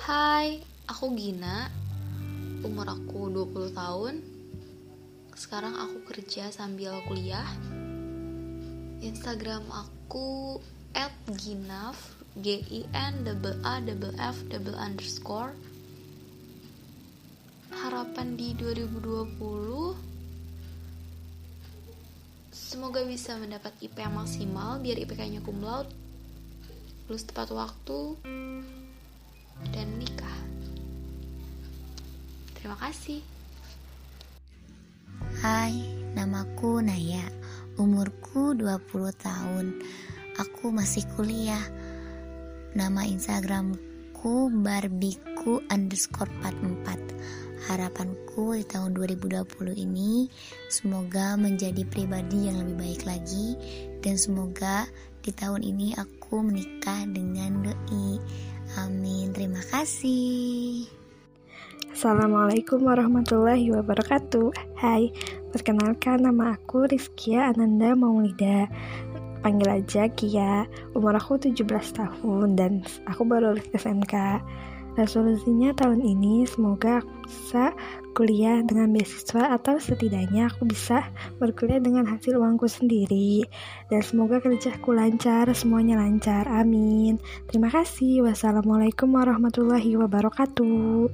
Hai, aku Gina. Umur aku 20 tahun. Sekarang aku kerja sambil kuliah. Instagram aku @ginaf, GINAAFF_. Harapan di 2020, semoga bisa mendapat IP yang maksimal biar IPK-nya cum laude, lulus tepat waktu, dan nikah. Terima kasih. Hai, namaku Naya. Umurku 20 tahun. Aku masih kuliah. Nama Instagramku barbiku_44. Harapanku di tahun 2020 ini semoga menjadi pribadi yang lebih baik lagi, dan semoga di tahun ini aku menikah dengan doi. Amin. Terima kasih. Assalamualaikum warahmatullahi wabarakatuh. Hai, perkenalkan nama aku Rizkia Ananda Maulida. Panggil aja Kia. Umur aku 17 tahun dan aku baru lulus SMK. Resolusinya tahun ini semoga aku bisa kuliah dengan beasiswa, atau setidaknya aku bisa berkuliah dengan hasil uangku sendiri. Dan semoga kerjaku lancar, semuanya lancar. Amin. Terima kasih. Wassalamualaikum warahmatullahi wabarakatuh.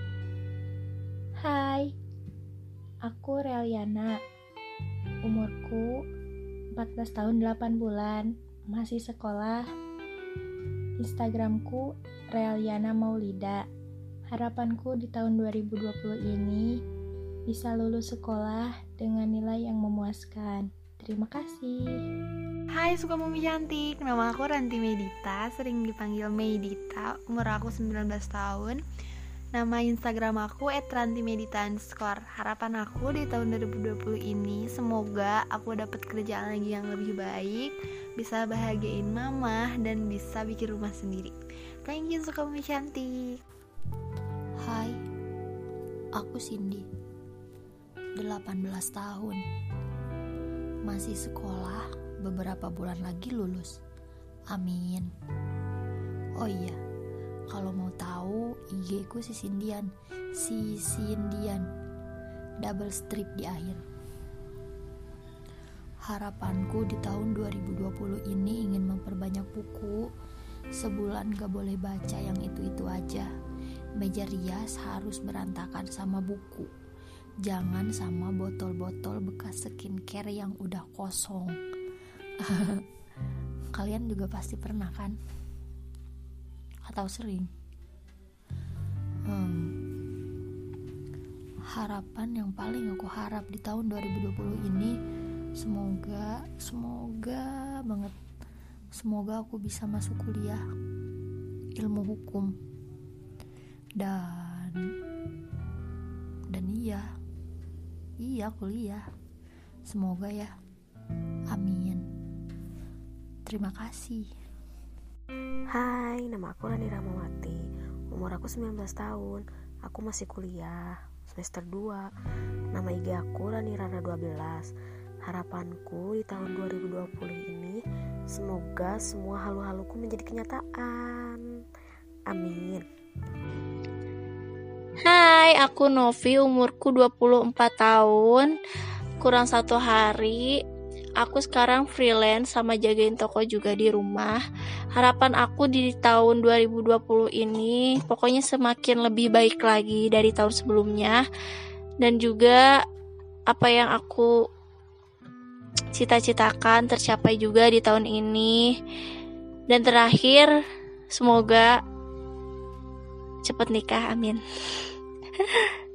Hai, aku Reliana. Umurku 14 tahun 8 bulan, masih sekolah. Instagramku Reliana Maulida. Harapanku di tahun 2020 ini bisa lulus sekolah dengan nilai yang memuaskan. Terima kasih. Hai Sukabumi Cantik, nama aku Ranti Medita, sering dipanggil Medita. Umur aku 19 tahun. Nama Instagram aku @rantimedita_. Harapan aku di tahun 2020 ini semoga aku dapat kerjaan lagi yang lebih baik, bisa bahagiain mama, dan bisa bikin rumah sendiri. Thank you Sukabumi Cantik. Hai, aku Cindy, 18 tahun. Masih sekolah, beberapa bulan lagi lulus. Amin. Oh iya, kalau mau tahu, IG ku si Cindian, double strip di akhir. Harapanku di tahun 2020 ini ingin memperbanyak buku. Sebulan gak boleh baca yang itu-itu aja. Meja rias harus berantakan sama buku. Jangan sama botol-botol bekas skincare yang udah kosong. Kalian juga pasti pernah kan? Atau sering? Harapan yang paling aku harap di tahun 2020 ini semoga aku bisa masuk kuliah ilmu hukum dan iya kuliah, semoga ya. Amin. Terima kasih. Hai, nama aku Rani Ramawati. Umur aku 19 tahun. Aku masih kuliah semester 2. Nama IG aku Rani Rana 12. Harapanku di tahun 2020 ini semoga semua halu-haluku menjadi kenyataan. Amin. Hai, aku Novi, umurku 24 tahun. Kurang 1 hari. Aku sekarang freelance sama jagain toko juga di rumah. Harapan aku di tahun 2020 ini pokoknya semakin lebih baik lagi dari tahun sebelumnya. Dan juga apa yang aku cita-citakan tercapai juga di tahun ini. Dan terakhir, semoga cepat nikah, amin.